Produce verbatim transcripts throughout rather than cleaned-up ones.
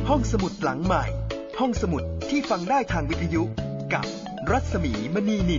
ห้องสมุดหลังใหม่ห้องสมุดที่ฟังได้ทางวิทยุกับรัศมีมณีนิน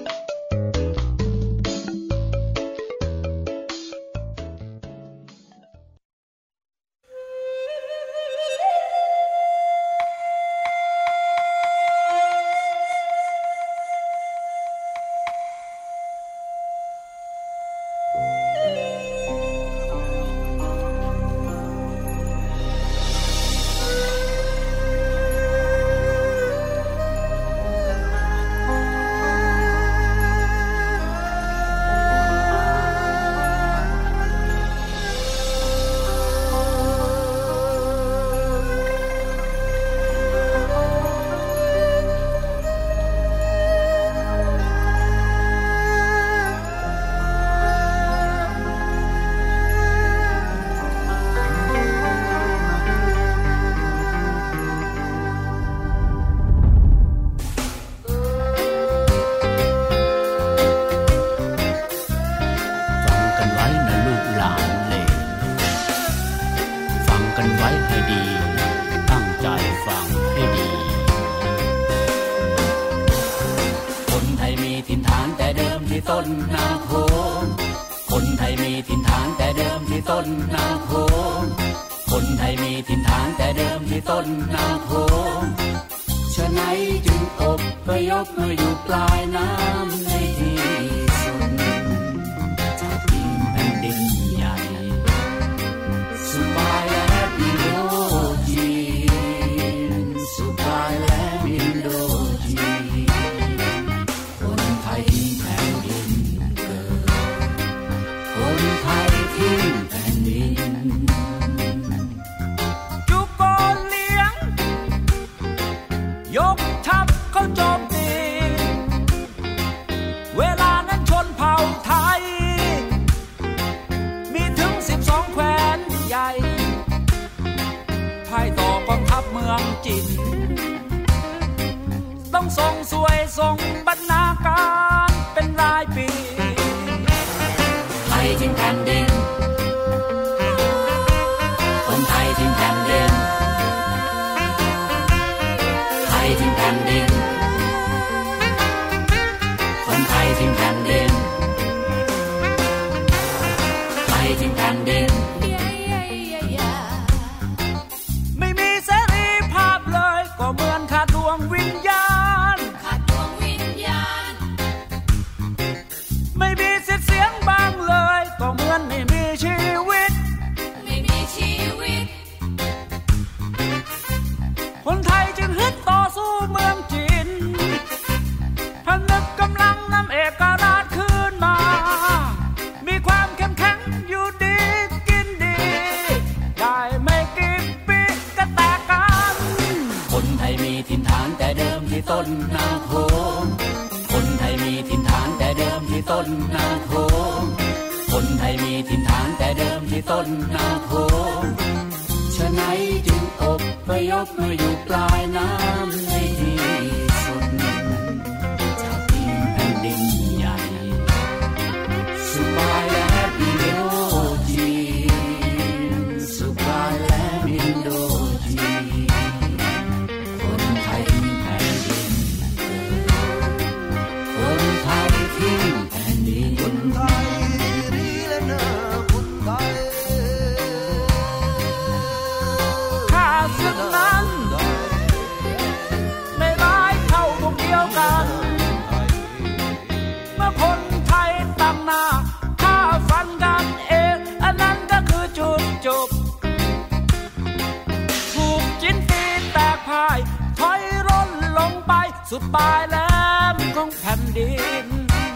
สุดปลายแหลมของแผ่นดิน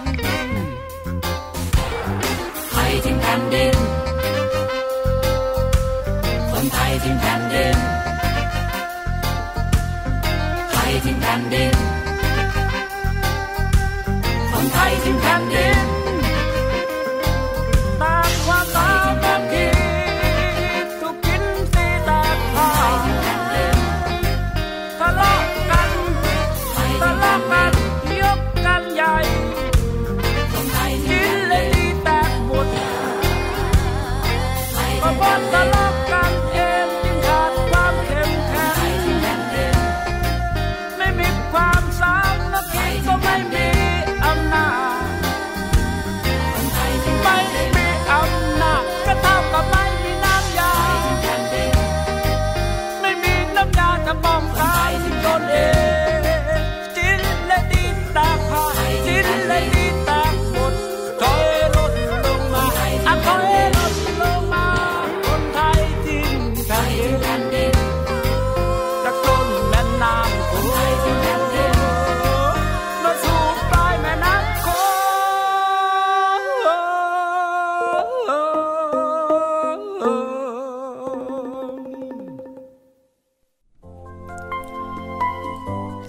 ไทยทิ้งแผ่นดินคนไทยทิ้งแผ่นดินไทยทิ้งแผ่นดินคนไทยทิ้งแผ่นดินตามความตามแผ่นดินทุกกินสีแตกพายทะเลาะกันทะเลาะกันยกกันใหญ่กินเลยดีแตกหมดก็เพราะทะเลาะกันเองจึงขาดความเข้มแข็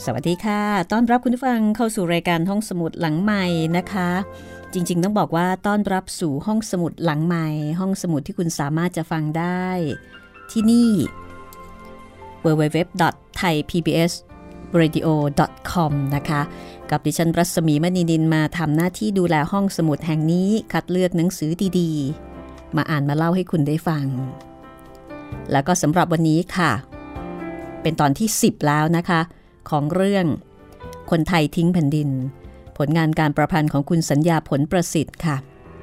วัสดีค่ะต้อนรับคุณผู้ฟังเข้าสู่รายการห้องสมุดหลังใหม่นะคะจริงๆต้องบอกว่าต้อนรับสู่ห้องสมุดหลังใหม่ห้องสมุดที่คุณสามารถจะฟังได้ที่นี่ ดับเบิลยู ดับเบิลยู ดับเบิลยู ดอท ไทย พี บี เอส เรดิโอ ดอท คอม นะคะกับดิฉันรัศมีมณีนินมาทำหน้าที่ดูแลห้องสมุดแห่งนี้คัดเลือกหนังสือดีๆมาอ่านมาเล่าให้คุณได้ฟังแล้วก็สำหรับวันนี้ค่ะเป็นตอนที่สิบแล้วนะคะของเรื่องคนไทยทิ้งแผ่นดินผลงานการประพันธ์ของคุณสัญญาผลประสิทธิ์ค่ะ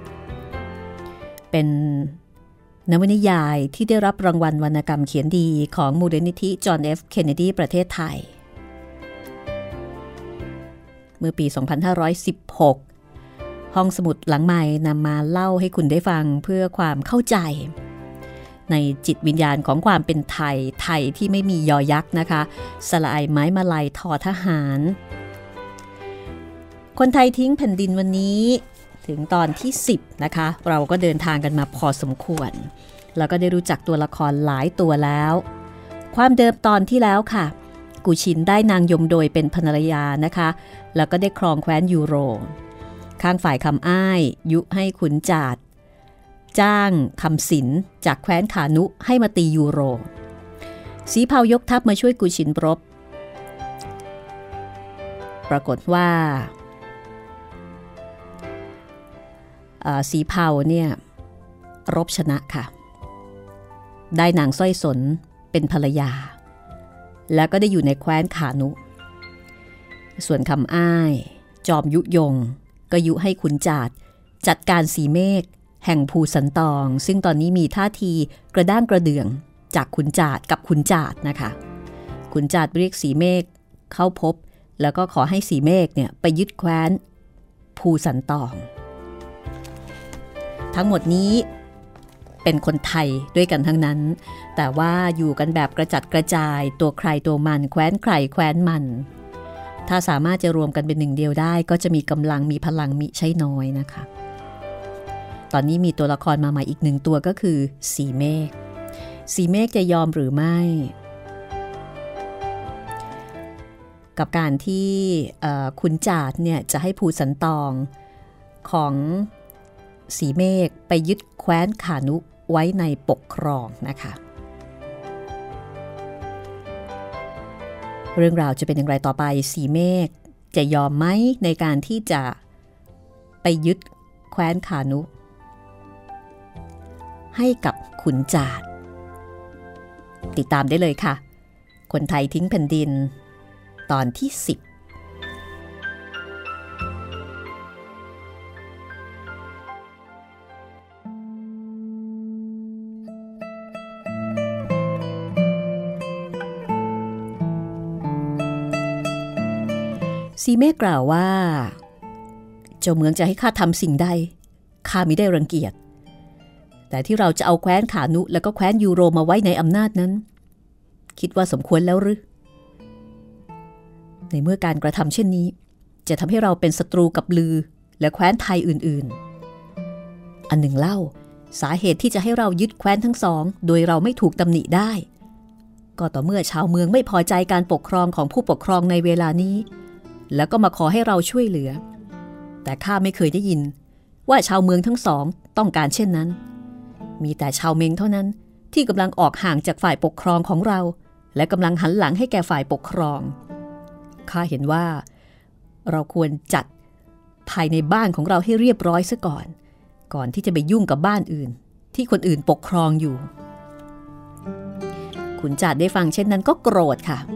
เป็นนวนิยายที่ได้รับรางวัลวรรณกรรมเขียนดีของมูลนิธิจอห์น เอฟ เคนเนดีประเทศไทยเมื่อปี สองพันห้าร้อยสิบหก ห้องสมุดหลังใหม่นำมาเล่าให้คุณได้ฟังเพื่อความเข้าใจในจิตวิญญาณของความเป็นไทยไทยที่ไม่มียอยักษ์นะคะสระไอไม้มาลัยทอทหารคนไทยทิ้งแผ่นดินวันนี้ถึงตอนที่สิบนะคะเราก็เดินทางกันมาพอสมควรแล้วก็ได้รู้จักตัวละครหลายตัวแล้วความเดิมตอนที่แล้วค่ะกุชินได้นางยมโดยเป็นภรรยานะคะแล้วก็ได้ครองแคว้นยูโรข้างฝ่ายคำอ้ายยุให้ขุนจาดจ้างคำสินจากแคว้นขานุให้มาตียูโรสีเผายกทัพมาช่วยกุชินรบปรากฏว่าสีเผาเนี่ยรบชนะค่ะได้นางสร้อยสนเป็นภรรยาแล้วก็ได้อยู่ในแคว้นขานุส่วนคำอ้ายจอมยุยงก็ยุให้ขุนจาดจัดการสีเมฆแห่งภูสันตองซึ่งตอนนี้มีท่าทีกระด้างกระเดื่องจากขุนจาดกับขุนจาดนะคะขุนจาดเรียกสีเมฆเข้าพบแล้วก็ขอให้สีเมฆเนี่ยไปยึดแคว้นภูสันตองทั้งหมดนี้เป็นคนไทยด้วยกันทั้งนั้นแต่ว่าอยู่กันแบบกระจัดกระจายตัวใครตัวมันแคว้นใครแคว้นมันถ้าสามารถจะรวมกันเป็นหนึ่งเดียวได้ก็จะมีกำลังมีพลังมิใช่น้อยนะคะตอนนี้มีตัวละครมาใหม่อีกหนึ่งตัวก็คือสีเมฆสีเมฆจะยอมหรือไม่กับการที่ขุนจาดเนี่ยจะให้ภูสันตองของสีเมฆไปยึดแคว้นขานุไว้ในปกครองนะคะเรื่องราวจะเป็นอย่างไรต่อไปสีเมฆจะยอมไหมในการที่จะไปยึดแคว้นขานุให้กับขุนจาดติดตามได้เลยค่ะคนไทยทิ้งแผ่นดินตอนที่สิบสีเมฆกล่าวว่าเจ้าเมืองจะให้ข้าทำสิ่งใดข้ามิได้รังเกียจแต่ที่เราจะเอาแคว้นขานุและก็แคว้นยูโรมาไว้ในอำนาจนั้นคิดว่าสมควรแล้วหรือในเมื่อการกระทำเช่นนี้จะทำให้เราเป็นศัตรูกับลือและแคว้นไทยอื่นๆอันหนึ่งเล่าสาเหตุที่จะให้เรายึดแคว้นทั้งสองโดยเราไม่ถูกตำหนิได้ก็ต่อเมื่อชาวเมืองไม่พอใจการปกครองของผู้ปกครองในเวลานี้แล้วก็มาขอให้เราช่วยเหลือแต่ข้าไม่เคยได้ยินว่าชาวเมืองทั้งสองต้องการเช่นนั้นมีแต่ชาวเมงเท่านั้นที่กำลังออกห่างจากฝ่ายปกครองของเราและกำลังหันหลังให้แก่ฝ่ายปกครองข้าเห็นว่าเราควรจัดภายในบ้านของเราให้เรียบร้อยซะก่อนก่อนที่จะไปยุ่งกับบ้านอื่นที่คนอื่นปกครองอยู่ขุนจาดได้ฟังเช่นนั้นก็โกรธค่ะ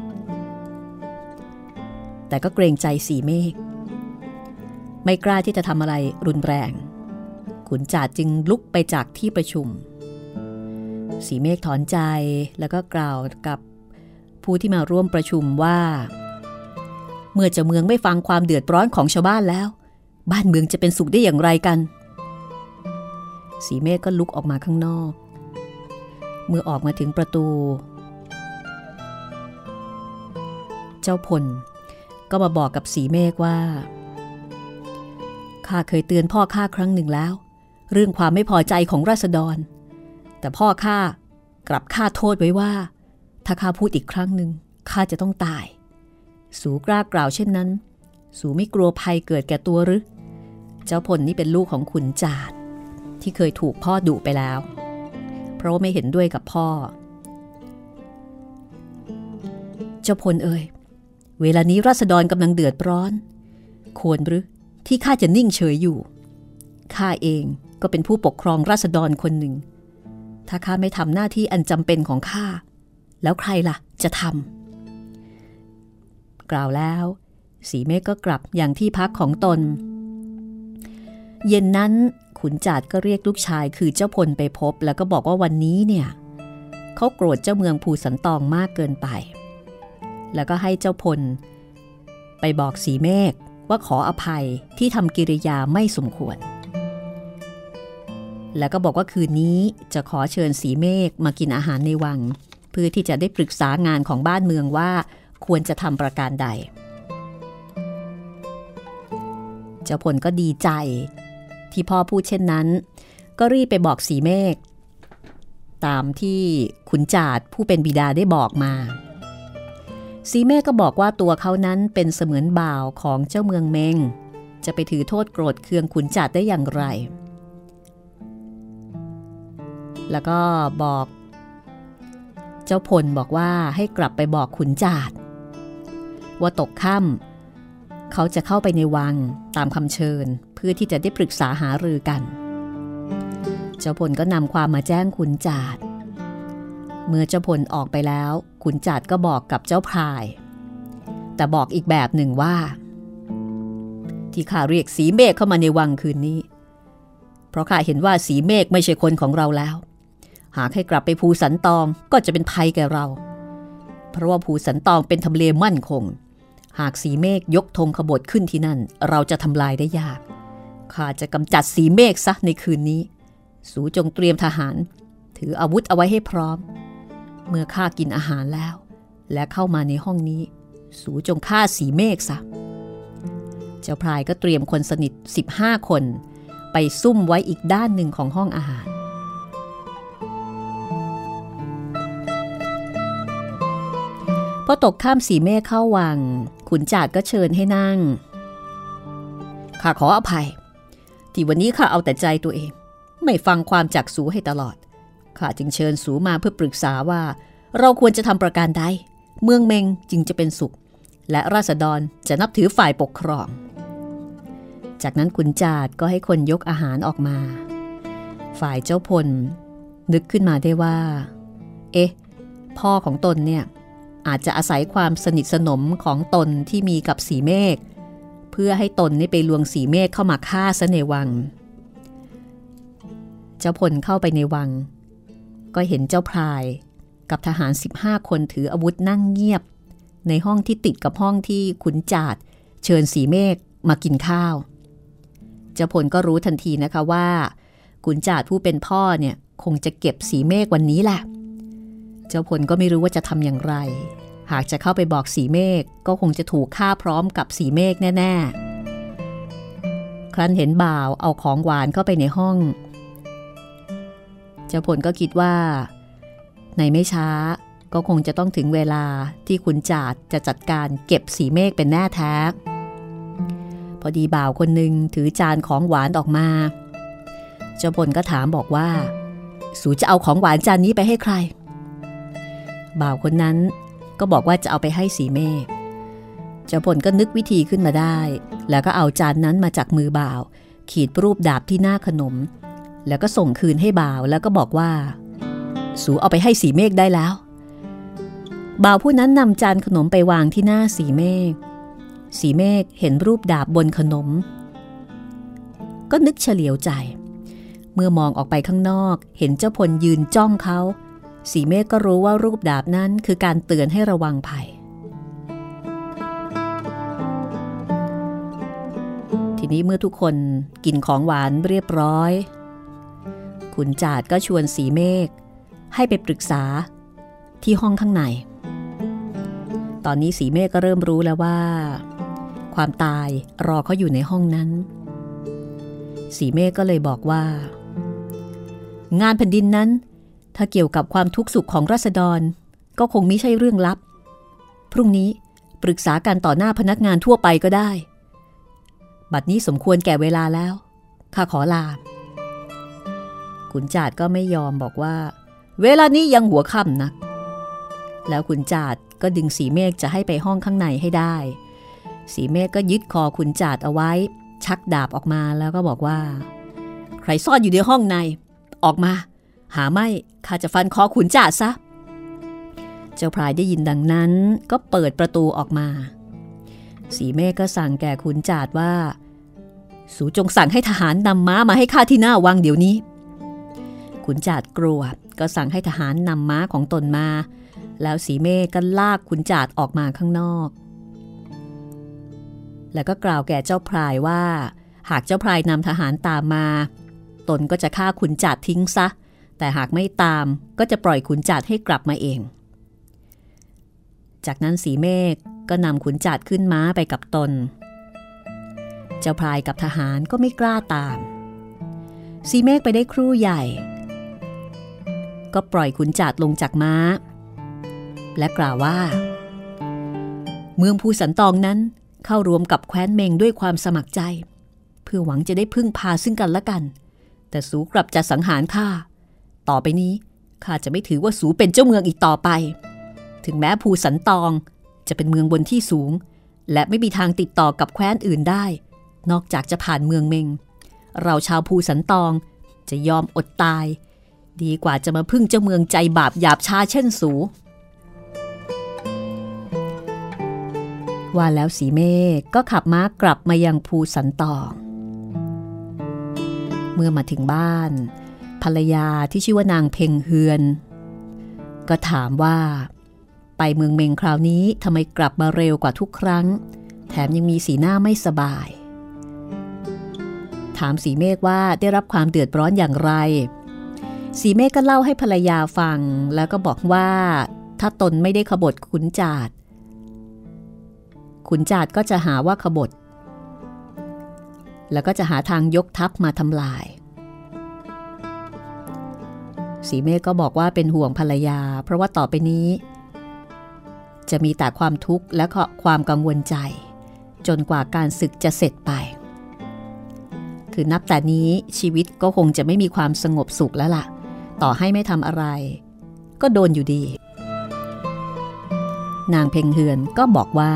แต่ก็เกรงใจสีเมฆไม่กล้าที่จะทำอะไรรุนแรงขุนจาดจึงลุกไปจากที่ประชุมสีเมฆถอนใจแล้วก็กล่าวกับผู้ที่มาร่วมประชุมว่าเมื่อเจ้าเมืองไม่ฟังความเดือดร้อนของชาวบ้านแล้วบ้านเมืองจะเป็นสุขได้อย่างไรกันสีเมฆก็ลุกออกมาข้างนอกเมื่อออกมาถึงประตูเจ้าพลก็มาบอกกับสีเมฆว่าข้าเคยเตือนพ่อข้าครั้งหนึ่งแล้วเรื่องความไม่พอใจของราษฎรแต่พ่อข้ากลับฆ่าโทษไว้ว่าถ้าข้าพูดอีกครั้งหนึ่งข้าจะต้องตายสูกล้ากล่าวเช่นนั้นสูไม่กลัวภัยเกิดแก่ตัวหรือเจ้าพลนี่เป็นลูกของขุนจาดที่เคยถูกพ่อดุไปแล้วเพราะว่าไม่เห็นด้วยกับพ่อเจ้าพลเอ่ยเวลานี้ราษฎรกำลังเดือดร้อนควรหรือที่ข้าจะนิ่งเฉยอยู่ข้าเองก็เป็นผู้ปกครองราษฎรคนหนึ่งถ้าข้าไม่ทำหน้าที่อันจำเป็นของข้าแล้วใครล่ะจะทำกล่าวแล้วสีเมฆก็กลับอย่างที่พักของตนเย็นนั้นขุนจาดก็เรียกลูกชายคือเจ้าพลไปพบแล้วก็บอกว่าวันนี้เนี่ยเขาโกรธเจ้าเมืองภูสันตองมากเกินไปแล้วก็ให้เจ้าพลไปบอกสีเมฆว่าขออภัยที่ทำกิริยาไม่สมควรแล้วก็บอกว่าคืนนี้จะขอเชิญสีเมฆมากินอาหารในวังเพื่อที่จะได้ปรึกษางานของบ้านเมืองว่าควรจะทำประการใดเจ้าพลก็ดีใจที่พ่อพูดเช่นนั้นก็รีบไปบอกสีเมฆตามที่ขุนจาดผู้เป็นบิดาได้บอกมาสีเมฆก็บอกว่าตัวเขานั้นเป็นเสมือนบ่าวของเจ้าเมืองเมงจะไปถือโทษโกรธเคืองขุนจาดได้อย่างไรแล้วก็บอกเจ้าพลบอกว่าให้กลับไปบอกขุนจาดว่าตกค่ำเขาจะเข้าไปในวังตามคำเชิญเพื่อที่จะได้ปรึกษาหารือกันเจ้าพลก็นำความมาแจ้งขุนจาดเมื่อเจ้าพลออกไปแล้วขุนจาดก็บอกกับเจ้าพรายแต่บอกอีกแบบหนึ่งว่าที่ข้าเรียกสีเมฆเข้ามาในวังคืนนี้เพราะข้าเห็นว่าสีเมฆไม่ใช่คนของเราแล้วหากให้กลับไปภูสันตองก็จะเป็นภัยแก่เราเพราะว่าภูสันตองเป็นทำเลมั่นคงหากสีเมฆยกธงขบฏขึ้นที่นั่นเราจะทำลายได้ยากข้าจะกำจัดสีเมฆซะในคืนนี้สูจงเตรียมทหารถืออาวุธเอาไว้ให้พร้อมเมื่อข้ากินอาหารแล้วและเข้ามาในห้องนี้สูจงฆ่าสีเมฆซะเจ้าพรายก็เตรียมคนสนิทสิบห้าคนไปซุ่มไว้อีกด้านหนึ่งของห้องอาหารพอตกค่ำสีเมฆเข้าวังขุนจาดก็เชิญให้นั่งข้าขออภัยที่วันนี้ข้าเอาแต่ใจตัวเองไม่ฟังความจากสูให้ตลอดข้าจึงเชิญสูมาเพื่อปรึกษาว่าเราควรจะทำประการใดเมืองเมงจึงจะเป็นสุขและราษฎรจะนับถือฝ่ายปกครองจากนั้นขุนจาดก็ให้คนยกอาหารออกมาฝ่ายเจ้าพลนึกขึ้นมาได้ว่าเอ๊ะพ่อของตนเนี่ยอาจจะอาศัยความสนิทสนมของตนที่มีกับสีเมฆเพื่อให้ตนนี่ไปลวงสีเมฆเข้ามาฆ่าซะในวังเจ้าพลเข้าไปในวังก็เห็นเจ้าพรายกับทหารสิบห้าคนถืออาวุธนั่งเงียบในห้องที่ติดกับห้องที่ขุนจาดเชิญสีเมฆมากินข้าวเจ้าพลก็รู้ทันทีนะคะว่าขุนจาดผู้เป็นพ่อเนี่ยคงจะเก็บสีเมฆวันนี้แหละเจ้าพลก็ไม่รู้ว่าจะทำอย่างไรหากจะเข้าไปบอกสีเมฆก็คงจะถูกฆ่าพร้อมกับสีเมฆแน่ๆครั้นเห็นบ่าวเอาของหวานเข้าไปในห้องเจ้าพลก็คิดว่าในไม่ช้าก็คงจะต้องถึงเวลาที่ขุนจาดจะจัดการเก็บสีเมฆเป็นแน่แท้พอดีบ่าวคนหนึ่งถือจานของหวานออกมาเจ้าพลก็ถามบอกว่าสูจะเอาของหวานจานนี้ไปให้ใครบ่าวคนนั้นก็บอกว่าจะเอาไปให้สีเมฆเจ้าพลก็นึกวิธีขึ้นมาได้แล้วก็เอาจานนั้นมาจากมือบ่าวขีดรูปดาบที่หน้าขนมแล้วก็ส่งคืนให้บ่าวแล้วก็บอกว่าสูเอาไปให้สีเมฆได้แล้วบ่าวผู้นั้นนำจานขนมไปวางที่หน้าสีเมฆสีเมฆเห็นรูปดาบบนขนมก็นึกเฉลียวใจเมื่อมองออกไปข้างนอกเห็นเจ้าพลยืนจ้องเขาสีเมฆก็รู้ว่ารูปดาบนั้นคือการเตือนให้ระวังภัยทีนี้เมื่อทุกคนกินของหวานเรียบร้อยขุนจาดก็ชวนสีเมฆให้ไปปรึกษาที่ห้องข้างในตอนนี้สีเมฆก็เริ่มรู้แล้วว่าความตายรอเขาอยู่ในห้องนั้นสีเมฆก็เลยบอกว่างานแผ่นดินนั้นถ้าเกี่ยวกับความทุกข์สุขของราษฎรก็คงไม่ใช่เรื่องลับพรุ่งนี้ปรึกษากันต่อหน้าพนักงานทั่วไปก็ได้บัดนี้สมควรแก่เวลาแล้วข้าขอลาขุนจาดก็ไม่ยอมบอกว่าเวลานี้ยังหัวค่ำนักแล้วขุนจาดก็ดึงสีเมฆจะให้ไปห้องข้างในให้ได้สีเมฆก็ยึดคอขุนจาดเอาไว้ชักดาบออกมาแล้วก็บอกว่าใครซ่อนอยู่ในห้องในออกมาหาไม่ข้าจะฟันคอขุนจาดซะเจ้าพลายได้ยินดังนั้นก็เปิดประตูออกมาสีเมฆก็สั่งแก่ขุนจาดว่าสูจงสั่งให้ทหารนำม้ามาให้ข้าที่หน้าวังเดี๋ยวนี้ขุนจาดกลัวก็สั่งให้ทหารนำม้าของตนมาแล้วสีเมฆก็ลากขุนจาดออกมาข้างนอกแล้วก็กล่าวแก่เจ้าพลายว่าหากเจ้าพลายนำทหารตามมาตนก็จะฆ่าขุนจาดทิ้งซะแต่หากไม่ตามก็จะปล่อยขุนจาดให้กลับมาเองจากนั้นสีเมฆก็นำขุนจาดขึ้นม้าไปกับตนเจ้าพลายกับทหารก็ไม่กล้าตามสีเมฆไปได้ครู่ใหญ่ก็ปล่อยขุนจาดลงจากม้าและกล่าวว่าเมืองภูสันตองนั้นเข้ารวมกับแคว้นเมงด้วยความสมัครใจเพื่อหวังจะได้พึ่งพาซึ่งกันและกันแต่สูกลับจะสังหารข้าต่อไปนี้ข้าจะไม่ถือว่าสูเป็นเจ้าเมืองอีกต่อไปถึงแม้ภูสันตองจะเป็นเมืองบนที่สูงและไม่มีทางติดต่อกับแคว้นอื่นได้นอกจากจะผ่านเมืองเมงเราชาวภูสันตองจะยอมอดตายดีกว่าจะมาพึ่งเจ้าเมืองใจบาปหยาบช้าเช่นสูว่าแล้วสีเมฆก็ขับม้ากลับมายังภูสันตองเมื่อมาถึงบ้านภรรยาที่ชื่อว่านางเพ็งเฮือนก็ถามว่าไปเมืองเมงคราวนี้ทำไมกลับมาเร็วกว่าทุกครั้งแถมยังมีสีหน้าไม่สบายถามสีเมฆว่าได้รับความเดือดร้อนอย่างไรสีเมฆก็เล่าให้ภรรยาฟังแล้วก็บอกว่าถ้าตนไม่ได้ขบฏขุนจาดขุนจาดก็จะหาว่าขบฏแล้วก็จะหาทางยกทัพมาทำลายสีเมฆก็บอกว่าเป็นห่วงภรรยาเพราะว่าต่อไปนี้จะมีแต่ความทุกข์และความกังวลใจจนกว่าการศึกจะเสร็จไปคือนับแต่นี้ชีวิตก็คงจะไม่มีความสงบสุขแล้วล่ะต่อให้ไม่ทำอะไรก็โดนอยู่ดีนางเพ็งเฮือนก็บอกว่า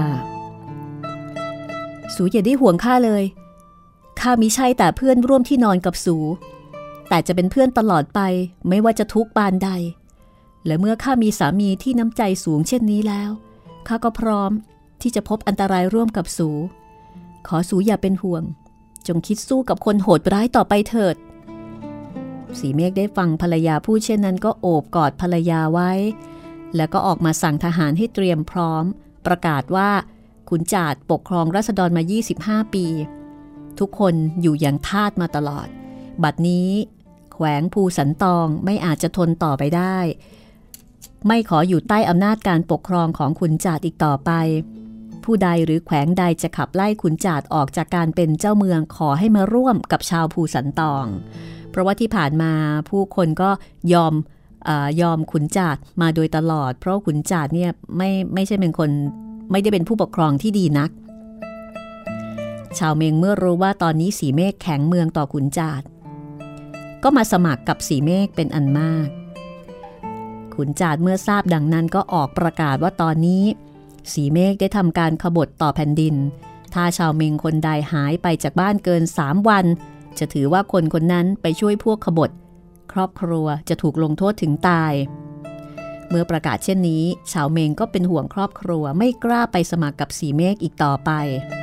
สูอย่าได้ห่วงข้าเลยข้ามิใช่แต่เพื่อนร่วมที่นอนกับสูแต่จะเป็นเพื่อนตลอดไปไม่ว่าจะทุกข์ปานใดและเมื่อข้ามีสามีที่น้ำใจสูงเช่นนี้แล้วข้าก็พร้อมที่จะพบอันตรายร่วมกับสูขอสูอย่าเป็นห่วงจงคิดสู้กับคนโหดร้ายต่อไปเถิดสีเมฆได้ฟังภรรยาพูดเช่นนั้นก็โอบกอดภรรยาไว้แล้วก็ออกมาสั่งทหารให้เตรียมพร้อมประกาศว่าขุนจาดปกครองราษฎรมายี่สิบห้าปีทุกคนอยู่อย่างทาสมาตลอดบัดนี้แขวงภูสันตองไม่อาจจะทนต่อไปได้ไม่ขออยู่ใต้อำนาจการปกครองของขุนจาดอีกต่อไปผู้ใดหรือแขวงใดจะขับไล่ขุนจาดออกจากการเป็นเจ้าเมืองขอให้มาร่วมกับชาวภูสันตองเพราะว่าที่ผ่านมาผู้คนก็ยอมเอ่อยอมขุนจาดมาโดยตลอดเพราะขุนจาดเนี่ยไม่ไม่ใช่เป็นคนไม่ได้เป็นผู้ปกครองที่ดีนักชาวเมงเมื่อรู้ว่าตอนนี้สีเมฆแข็งเมืองต่อขุนจาดก็มาสมัครกับสีเมฆเป็นอันมากขุนจาดเมื่อทราบดังนั้นก็ออกประกาศว่าตอนนี้สีเมฆได้ทำการขบฏต่อแผ่นดินถ้าชาวเมงคนใดหายไปจากบ้านเกินสามวันจะถือว่าคนคนนั้นไปช่วยพวกขบฏครอบครัวจะถูกลงโทษถึงตายเมื่อประกาศเช่นนี้ชาวเมงก็เป็นห่วงครอบครัวไม่กล้าไปสมัครกับสีเมฆอีกต่อไป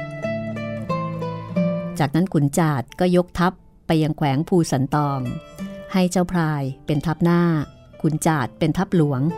จากนั้นขุนจาดก็ยกทัพไปยังแขวงภูสันตองให้เจ้าพลายเป็นทัพหน้าขุนจาดเป็นทัพหลวง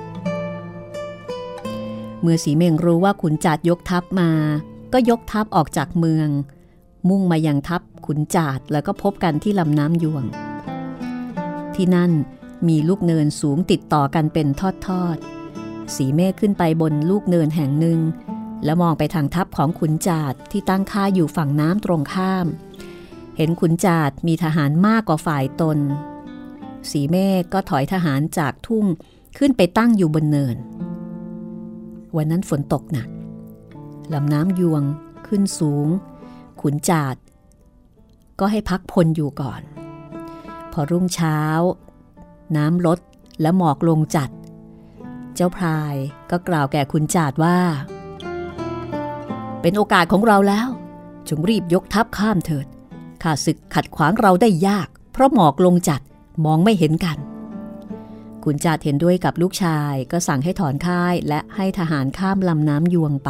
เมื่อสีเมงรู้ว่าขุนจาดยกทัพมาก็ยกทัพออกจากเมืองมุ่งมายังทัพขุนจาดแล้วก็พบกันที่ลำน้ำยวงที่นั่นมีลูกเนินสูงติดต่อกันเป็นทอดๆสีเมฆขึ้นไปบนลูกเนินแห่งหนึ่งแล้วมองไปทางทัพของขุนจาดที่ตั้งค่ายอยู่ฝั่งน้ำตรงข้ามเห็นขุนจาดมีทหารมากกว่าฝ่ายตนสีเมฆก็ถอยทหารจากทุ่งขึ้นไปตั้งอยู่บนเนินวันนั้นฝนตกหนักลำน้ำยวงขึ้นสูงขุนจาดก็ให้พักพลอยู่ก่อนพอรุ่งเช้าน้ำลดและหมอกลงจัดเจ้าพรายก็กล่าวแก่ขุนจาดว่าเป็นโอกาสของเราแล้วจงรีบยกทัพข้ามเถิดข้าศึกขัดขวางเราได้ยากเพราะหมอกลงจัดมองไม่เห็นกันขุนจาดเห็นด้วยกับลูกชายก็สั่งให้ถอนค่ายและให้ทหารข้ามลำน้ำยวงไป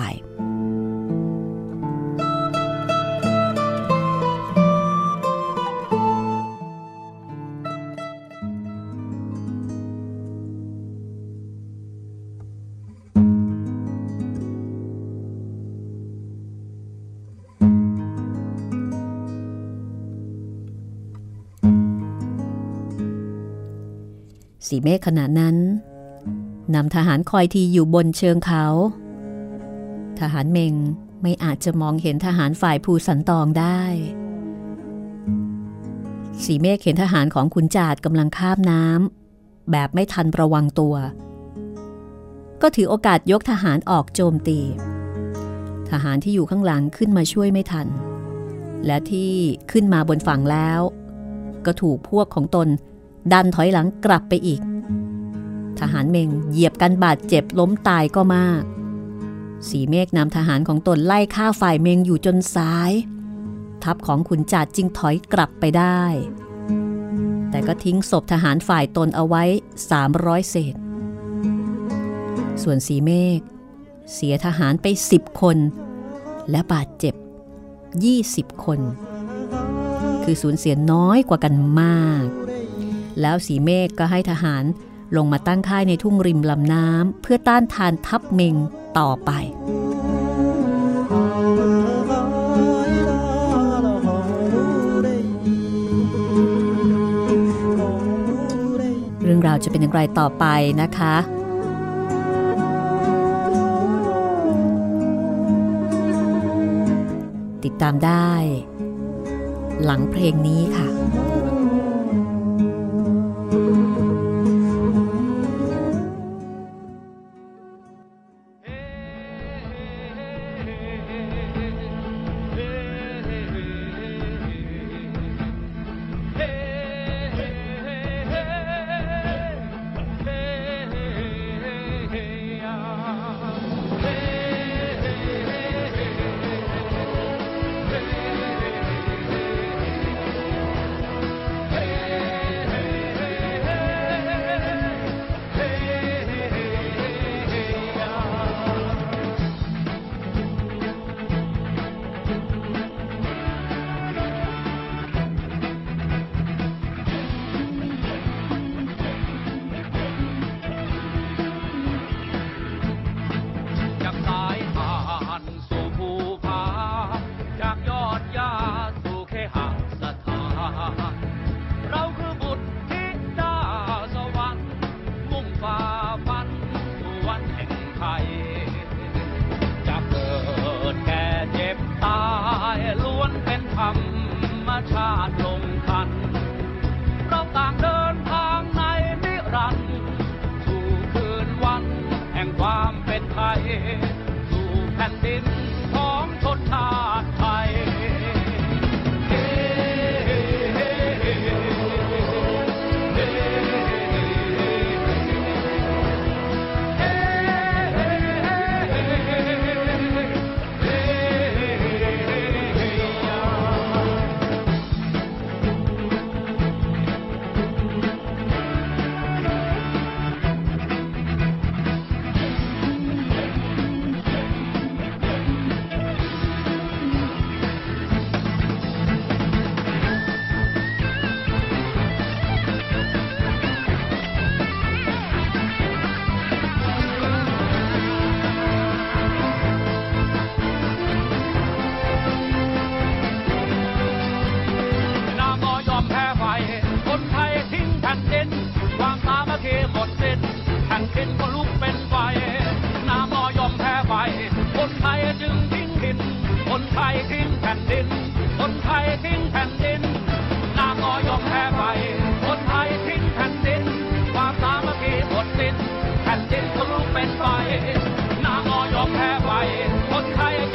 สีเมฆขณะนั้นนำทหารคอยทีอยู่บนเชิงเขาทหารเมงไม่อาจจะมองเห็นทหารฝ่ายภูสันตองได้สีเมฆเห็นทหารของขุนจาดกำลังข้ามน้ำแบบไม่ทันระวังตัวก็ถือโอกาสยกทหารออกโจมตีทหารที่อยู่ข้างหลังขึ้นมาช่วยไม่ทันและที่ขึ้นมาบนฝั่งแล้วก็ถูกพวกของตนดันถอยหลังกลับไปอีกทหารเมงเหยียบกันบาดเจ็บล้มตายก็มากสีเมฆนำทหารของตนไล่ฆ่าฝ่ายเมงอยู่จนสายทัพของขุนจาดจึงถอยกลับไปได้แต่ก็ทิ้งศพทหารฝ่ายตนเอาไว้สามร้อยเศษส่วนสีเมฆเสียทหารไปสิบคนและบาดเจ็บยี่สิบคนคือสูญเสียน้อยกว่ากันมากแล้วสีเมฆก็ให้ทหารลงมาตั้งค่ายในทุ่งริมลำน้ำเพื่อต้านทานทัพเมงต่อไปเรื่องราวจะเป็นอย่างไรต่อไปนะคะติดตามได้หลังเพลงนี้ค่ะนางอยอมแพ้ไปคนไทย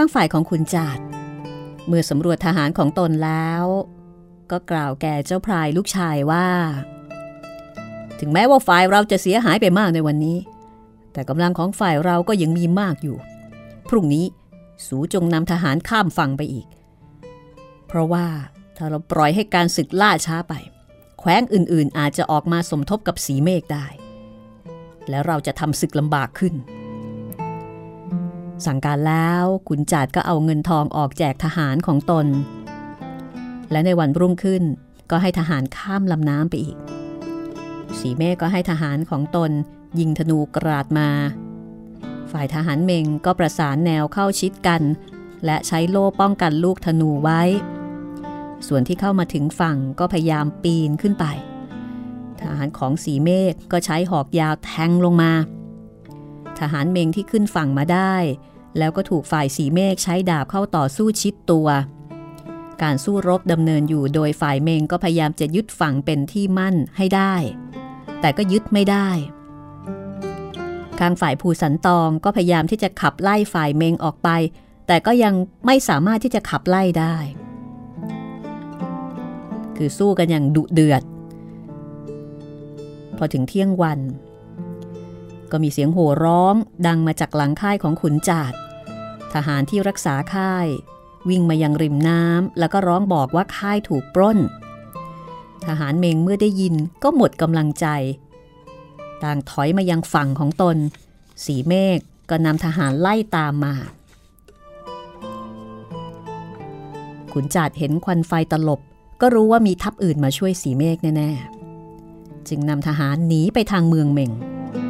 ข้างฝ่ายของขุนจาดเมื่อสำรวจทหารของตนแล้วก็กล่าวแก่เจ้าพรายลูกชายว่าถึงแม้ว่าฝ่ายเราจะเสียหายไปมากในวันนี้แต่กำลังของฝ่ายเราก็ยังมีมากอยู่พรุ่งนี้สูจงนำทหารข้ามฝั่งไปอีกเพราะว่าถ้าเราปล่อยให้การศึกล่าช้าไปแคว้นอื่นๆอาจจะออกมาสมทบกับสีเมฆได้และเราจะทำศึกลำบากขึ้นสั่งการแล้วขุนจาดก็เอาเงินทองออกแจกทหารของตนและในวันรุ่งขึ้นก็ให้ทหารข้ามลำน้ำไปอีกสีเมฆก็ให้ทหารของตนยิงธนูกราดมาฝ่ายทหารเมงก็ประสานแนวเข้าชิดกันและใช้โล่ป้องกันลูกธนูไว้ส่วนที่เข้ามาถึงฝั่งก็พยายามปีนขึ้นไปทหารของสีเมฆก็ใช้หอกยาวแทงลงมาทหารเมงที่ขึ้นฝั่งมาได้แล้วก็ถูกฝ่ายสีเมฆใช้ดาบเข้าต่อสู้ชิดตัวการสู้รบดำเนินอยู่โดยฝ่ายเมงก็พยายามจะยึดฝั่งเป็นที่มั่นให้ได้แต่ก็ยึดไม่ได้ข้างฝ่ายภูสันตองก็พยายามที่จะขับไล่ฝ่ายเมงออกไปแต่ก็ยังไม่สามารถที่จะขับไล่ได้คือสู้กันอย่างดุเดือดพอถึงเที่ยงวันก็มีเสียงโห่ร้องดังมาจากหลังค่ายของขุนจาดทหารที่รักษาค่ายวิ่งมายังริมน้ำแล้วก็ร้องบอกว่าค่ายถูกปล้นทหารเมงเมื่อได้ยินก็หมดกำลังใจต่างถอยมายังฝั่งของตนสีเมฆก็นำทหารไล่ตามมาขุนจาดเห็นควันไฟตลบก็รู้ว่ามีทัพอื่นมาช่วยสีเมฆแน่ๆจึงนำทหารหนีไปทางเมืองเมง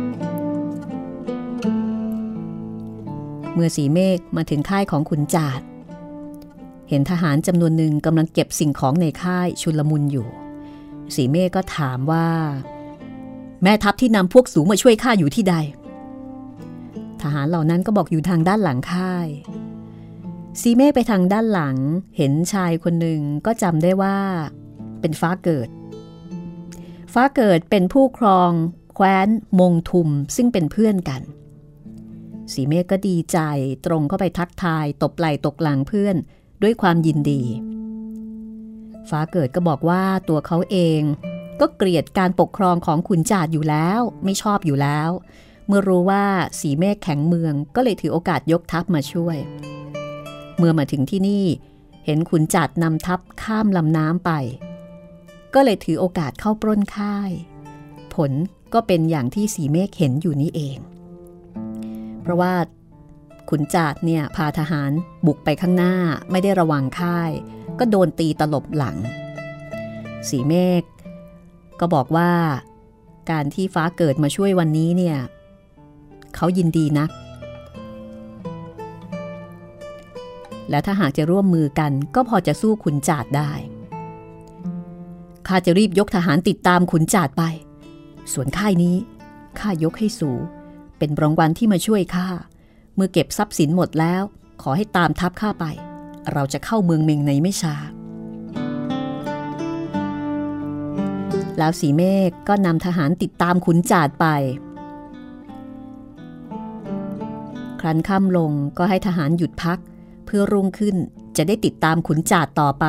เมื่อสีเมฆมาถึงค่ายของขุนจาดเห็นทหารจำนวนหนึ่งกำลังเก็บสิ่งของในค่ายชุลมุนอยู่สีเมฆก็ถามว่าแม่ทัพที่นำพวกสูงมาช่วยข้าอยู่ที่ใดทหารเหล่านั้นก็บอกอยู่ทางด้านหลังค่ายสีเมฆไปทางด้านหลังเห็นชายคนหนึ่งก็จำได้ว่าเป็นฟ้าเกิดฟ้าเกิดเป็นผู้ครองแคว้นมงทุมซึ่งเป็นเพื่อนกันสีเมฆก็ดีใจตรงเข้าไปทักทายตบไหล่ตกหลังเพื่อนด้วยความยินดีฟ้าเกิดก็บอกว่าตัวเขาเองก็เกลียดการปกครองของขุนจาดอยู่แล้วไม่ชอบอยู่แล้วเมื่อรู้ว่าสีเมฆแข็งเมืองก็เลยถือโอกาสยกทัพมาช่วยเมื่อมาถึงที่นี่เห็นขุนจาดนำทัพข้ามลำน้ำไปก็เลยถือโอกาสเข้าปล้นค่ายผลก็เป็นอย่างที่สีเมฆเห็นอยู่นี่เองเพราะว่าขุนจาดเนี่ยพาทหารบุกไปข้างหน้าไม่ได้ระวังค่ายก็โดนตีตลบหลังสีเมฆก็บอกว่าการที่ฟ้าเกิดมาช่วยวันนี้เนี่ยเขายินดีนักและถ้าหากจะร่วมมือกันก็พอจะสู้ขุนจาดได้ข้าจะรีบยกทหารติดตามขุนจาดไปส่วนค่ายนี้ข้ายกให้สูเป็นรางวัลที่มาช่วยข้าเมื่อเก็บทรัพย์สินหมดแล้วขอให้ตามทัพข้าไปเราจะเข้าเมืองเมงในไม่ช้าแล้วสีเมฆก็นำทหารติดตามขุนจาดไปครั้นค่ำลงก็ให้ทหารหยุดพักเพื่อรุ่งขึ้นจะได้ติดตามขุนจาดต่อไป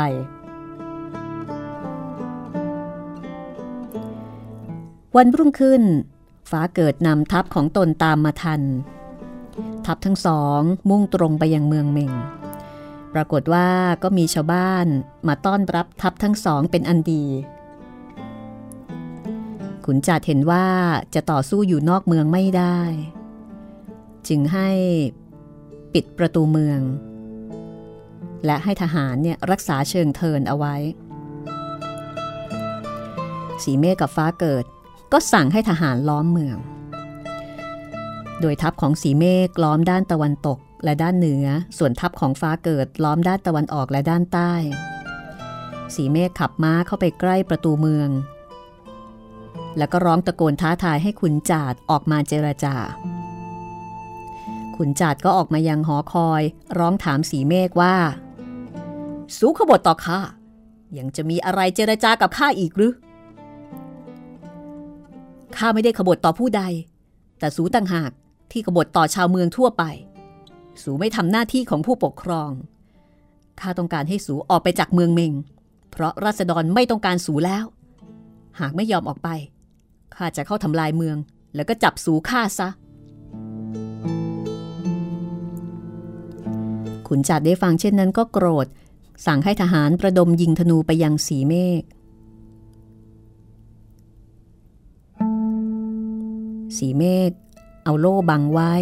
วันรุ่งขึ้นฟ้าเกิดนำทัพของตนตามมาทันทัพทั้งสองมุ่งตรงไปยังเมืองเมงปรากฏว่าก็มีชาวบ้านมาต้อนรับทัพทั้งสองเป็นอันดีขุนจาดเห็นว่าจะต่อสู้อยู่นอกเมืองไม่ได้จึงให้ปิดประตูเมืองและให้ทหารเนี่ยรักษาเชิงเทินเอาไว้สีเมฆกับฟ้าเกิดก็สั่งให้ทหารล้อมเมืองโดยทัพของสีเมฆล้อมด้านตะวันตกและด้านเหนือส่วนทัพของฟ้าเกิดล้อมด้านตะวันออกและด้านใต้สีเมฆขับม้าเข้าไปใกล้ประตูเมืองแล้วก็ร้องตะโกนท้าทายให้ขุนจาดออกมาเจรจาขุนจาดก็ออกมายังหอคอยร้องถามสีเมฆว่าสู้ขบฏต่อข้ายังจะมีอะไรเจรจากับข้าอีกหรือข้าไม่ได้ขบฏต่อผู้ใดแต่สู้ต่างหากที่ขบฏต่อชาวเมืองทั่วไปสูไม่ทำหน้าที่ของผู้ปกครองข้าต้องการให้สูออกไปจากเมืองเมงเพราะราษฎรไม่ต้องการสูแล้วหากไม่ยอมออกไปข้าจะเข้าทำลายเมืองแล้วก็จับสูฆ่าซะขุนจัดได้ฟังเช่นนั้นก็โกรธสั่งให้ทหารประดมยิงธนูไปยังสีเมฆสีเมฆเอาโล่บังไว้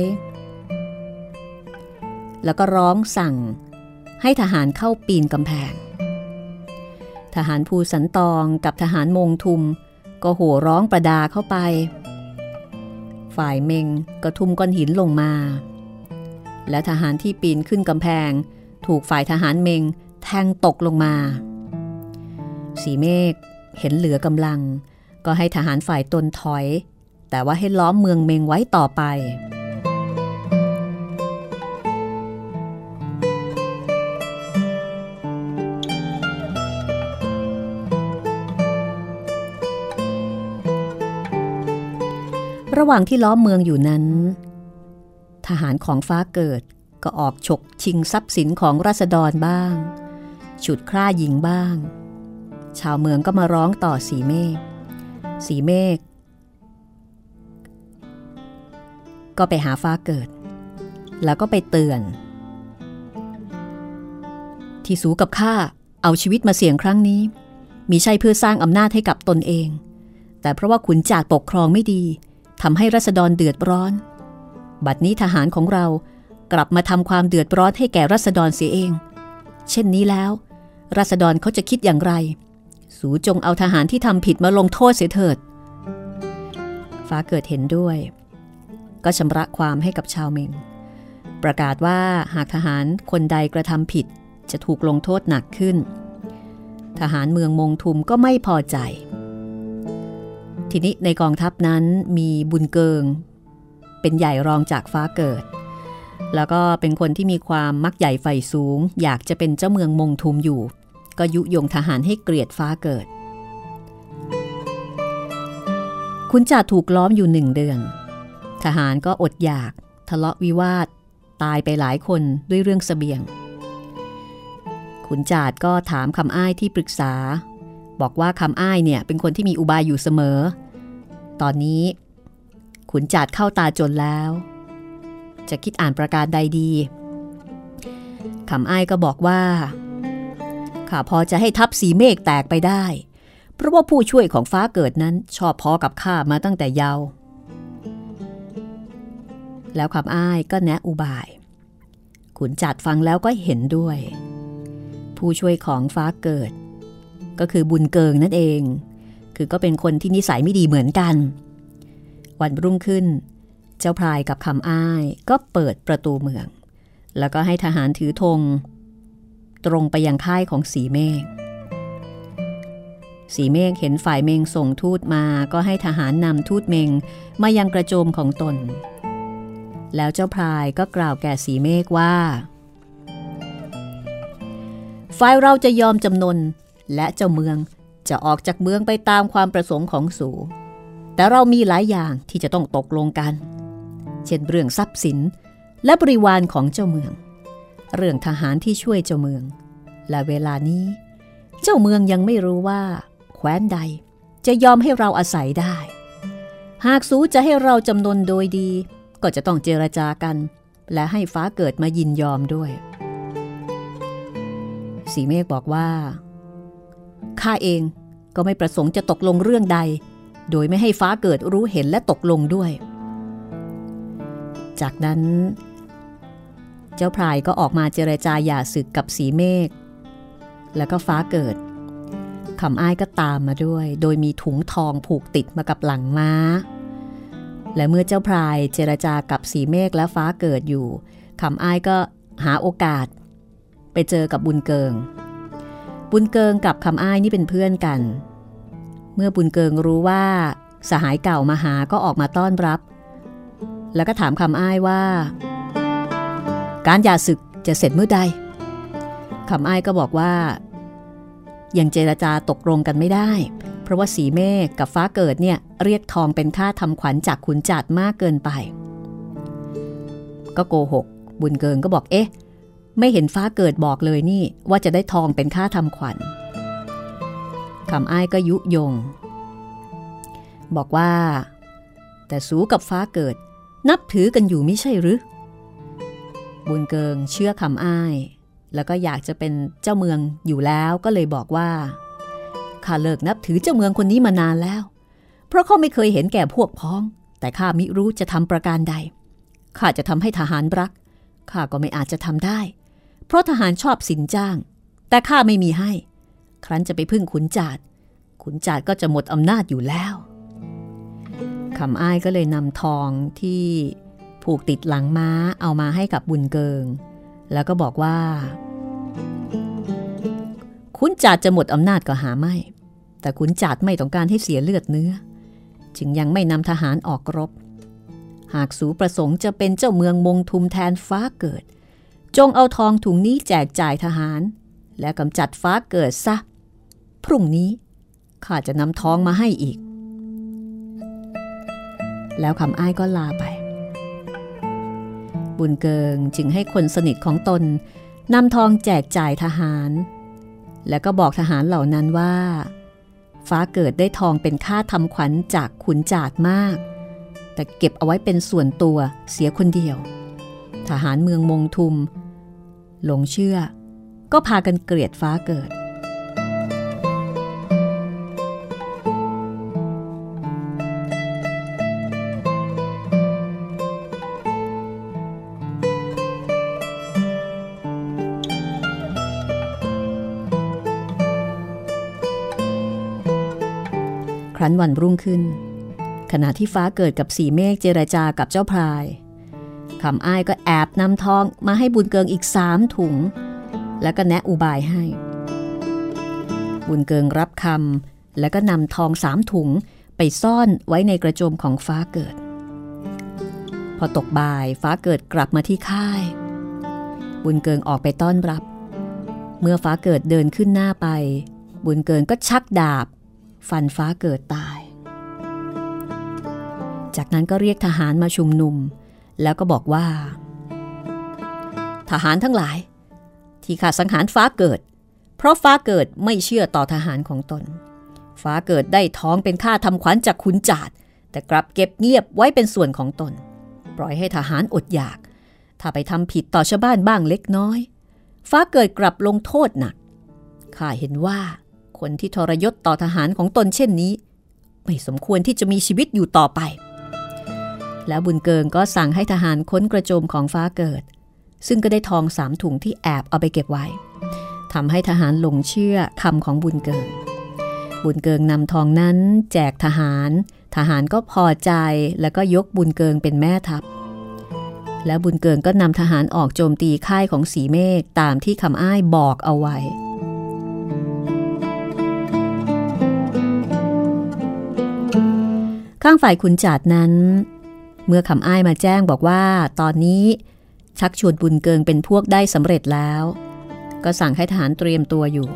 แล้วก็ร้องสั่งให้ทหารเข้าปีนกำแพงทหารภูสันตองกับทหารมงทุมก็โห่ร้องประดาเข้าไปฝ่ายเมงก็ทุ่มก้อนหินลงมาและทหารที่ปีนขึ้นกำแพงถูกฝ่ายทหารเมงแทงตกลงมาสีเมฆเห็นเหลือกำลังก็ให้ทหารฝ่ายตนถอยแต่ว่าให้ล้อมเมืองเมงไว้ต่อไประหว่างที่ล้อมเมืองอยู่นั้นทหารของฟ้าเกิดก็ออกฉกชิงทรัพย์สินของราษฎรบ้างฉุดคร่ายิงบ้างชาวเมืองก็มาร้องต่อสีเมฆสีเมฆก็ไปหาฟ้าเกิดแล้วก็ไปเตือนที่สูกับข้าเอาชีวิตมาเสี่ยงครั้งนี้มิใช่เพื่อสร้างอำนาจให้กับตนเองแต่เพราะว่าขุนจาดปกครองไม่ดีทำให้ราษฎรเดือดร้อนบัดนี้ทหารของเรากลับมาทำความเดือดร้อนให้แก่ราษฎรเสียเองเช่นนี้แล้วราษฎรเขาจะคิดอย่างไรสูจงเอาทหารที่ทำผิดมาลงโทษเสียเถิดฟ้าเกิดเห็นด้วยก็ชำระความให้กับชาวเมงประกาศว่าหากทหารคนใดกระทำผิดจะถูกลงโทษหนักขึ้นทหารเมืองมงทุมก็ไม่พอใจทีนี้ในกองทัพนั้นมีบุญเกิงเป็นใหญ่รองจากฟ้าเกิดแล้วก็เป็นคนที่มีความมักใหญ่ไฟสูงอยากจะเป็นเจ้าเมืองมงทุมอยู่ก็ยุยงทหารให้เกลียดฟ้าเกิดขุนจาถูกล้อมอยู่หนึ่งเดือนทหารก็อดอยากทะเลาะวิวาทตายไปหลายคนด้วยเรื่องเสบียงขุนจาก็ถามคำอ้ายที่ปรึกษาบอกว่าคำอ้ายเนี่ยเป็นคนที่มีอุบายอยู่เสมอตอนนี้ขุนจาเข้าตาจนแล้วจะคิดอ่านประการใดดีคำอ้ายก็บอกว่าข้าพอจะให้ทัพสีเมฆแตกไปได้เพราะว่าผู้ช่วยของฟ้าเกิดนั้นชอบพอกับข้ามาตั้งแต่เยาว์แล้วคำอ้ายก็แนะอุบายขุนจัดฟังแล้วก็เห็นด้วยผู้ช่วยของฟ้าเกิดก็คือบุญเกิงนั่นเองคือก็เป็นคนที่นิสัยไม่ดีเหมือนกันวันรุ่งขึ้นเจ้าพลายกับคำอ้ายก็เปิดประตูเมืองแล้วก็ให้ทหารถือธงตรงไปยังค่ายของสีเมฆสีเมฆเห็นฝ่ายเมงส่งทูตมาก็ให้ทหารนำทูตเมงมายังกระโจมของตนแล้วเจ้าพลายก็กล่าวแก่สีเมฆว่าฝ่ายเราจะยอมจำนนและเจ้าเมืองจะออกจากเมืองไปตามความประสงค์ของสูแต่เรามีหลายอย่างที่จะต้องตกลงกันเช่นเรื่องทรัพย์สินและบริวารของเจ้าเมืองเรื่องทหารที่ช่วยเจ้าเมืองและเวลานี้เจ้าเมืองยังไม่รู้ว่าแคว้นใดจะยอมให้เราอาศัยได้หากสูจะให้เราจำนนโดยดีก็จะต้องเจรจากันและให้ฟ้าเกิดมายินยอมด้วยสีเมฆบอกว่าข้าเองก็ไม่ประสงค์จะตกลงเรื่องใดโดยไม่ให้ฟ้าเกิดรู้เห็นและตกลงด้วยจากนั้นเจ้าพลายก็ออกมาเจรจาหย่าศึกกับสีเมฆแล้วก็ฟ้าเกิดคำอ้ายก็ตามมาด้วยโดยมีถุงทองผูกติดมากับหลังม้าและเมื่อเจ้าพลายเจรจากับสีเมฆและฟ้าเกิดอยู่คำอ้ายก็หาโอกาสไปเจอกับบุญเกิงบุญเกิงกับคำอ้ายนี่เป็นเพื่อนกันเมื่อบุญเกิงรู้ว่าสหายเก่ามาหาก็ออกมาต้อนรับแล้วก็ถามคำอ้ายว่าการหย่าศึกจะเสร็จเมื่อใดคำอ้ายก็บอกว่ายังเจรจาตกลงกันไม่ได้เพราะว่าสีเมฆกับฟ้าเกิดเนี่ยเรียกทองเป็นค่าทำขวัญจากขุนจัดมากเกินไปก็โกหกบุญเกิงก็บอกเอ๊ะไม่เห็นฟ้าเกิดบอกเลยนี่ว่าจะได้ทองเป็นค่าทำขวัญคำอ้ายก็ยุยงบอกว่าแต่สูกับฟ้าเกิดนับถือกันอยู่ไม่ใช่หรือบุญเกิงเชื่อคำอ้ายแล้วก็อยากจะเป็นเจ้าเมืองอยู่แล้วก็เลยบอกว่าข้าเลิกนับถือเจ้าเมืองคนนี้มานานแล้วเพราะเขาไม่เคยเห็นแก่พวกพ้องแต่ข้ามิรู้จะทำประการใดข้าจะทำให้ทหารรักข้าก็ไม่อาจจะทำได้เพราะทหารชอบสินจ้างแต่ข้าไม่มีให้ครั้นจะไปพึ่งขุนจาดขุนจาดก็จะหมดอำนาจอยู่แล้วคำอ้ายก็เลยนำทองที่ผูกติดหลังม้าเอามาให้กับบุญเกิงแล้วก็บอกว่าขุนจาดจะหมดอำนาจก็หาไม่แต่ขุนจาดไม่ต้องการให้เสียเลือดเนื้อจึงยังไม่นำทหารออกรบหากสูประสงค์จะเป็นเจ้าเมืองมงทุมแทนฟ้าเกิดจงเอาทองถุงนี้แจกจ่ายทหารและกำจัดฟ้าเกิดซะพรุ่งนี้ข้าจะนำทองมาให้อีกแล้วคำอ้ายก็ลาไปบุญเกิงจึงให้คนสนิทของตนนำทองแจกจ่ายทหารแล้วก็บอกทหารเหล่านั้นว่าฟ้าเกิดได้ทองเป็นค่าทำขวัญจากขุนจาดมากแต่เก็บเอาไว้เป็นส่วนตัวเสียคนเดียวทหารเมืองมงทุมหลงเชื่อก็พากันเกลียดฟ้าเกิดครั้นวันรุ่งขึ้นขณะที่ฟ้าเกิดกับสีเมฆเจรจากับเจ้าพลายคำอ้ายก็แอบนำทองมาให้บุญเกิงอีกสามถุงแล้วก็แนะอุบายให้บุญเกิงรับคำแล้วก็นำทองสามถุงไปซ่อนไว้ในกระโจมของฟ้าเกิดพอตกบ่ายฟ้าเกิดกลับมาที่ค่ายบุญเกิงออกไปต้อนรับเมื่อฟ้าเกิดเดินขึ้นหน้าไปบุญเกิงก็ชักดาบฟันฟ้าเกิดตายจากนั้นก็เรียกทหารมาชุมนุมแล้วก็บอกว่าทหารทั้งหลายที่ข้าสังหารฟ้าเกิดเพราะฟ้าเกิดไม่เชื่อต่อทหารของตนฟ้าเกิดได้ท้องเป็นค่าทำขวัญจากขุนจาดแต่กลับเก็บเงียบไว้เป็นส่วนของตนปล่อยให้ทหารอดอยากถ้าไปทำผิดต่อชาวบ้านบ้างเล็กน้อยฟ้าเกิดกลับลงโทษหนักข้าเห็นว่าคนที่ทรยศต่อทหารของตนเช่นนี้ไม่สมควรที่จะมีชีวิตอยู่ต่อไปแล้วบุญเกิงก็สั่งให้ทหารค้นกระโจมของฟ้าเกิดซึ่งก็ได้ทองสามถุงที่แอบเอาไปเก็บไว้ทำให้ทหารหลงเชื่อคำของบุญเกิงบุญเกิงนำทองนั้นแจกทหารทหารก็พอใจแล้วก็ยกบุญเกิงเป็นแม่ทัพแล้วบุญเกิงก็นำทหารออกโจมตีค่ายของสีเมฆตามที่คำอ้ายบอกเอาไว้ข้างฝ่ายขุนจาดนั้นเมื่อคำอ้ายมาแจ้งบอกว่าตอนนี้ชักชวนบุญเกิงเป็นพวกได้สำเร็จแล้วก็สั่งให้ทหารเตรียมตัวอยู่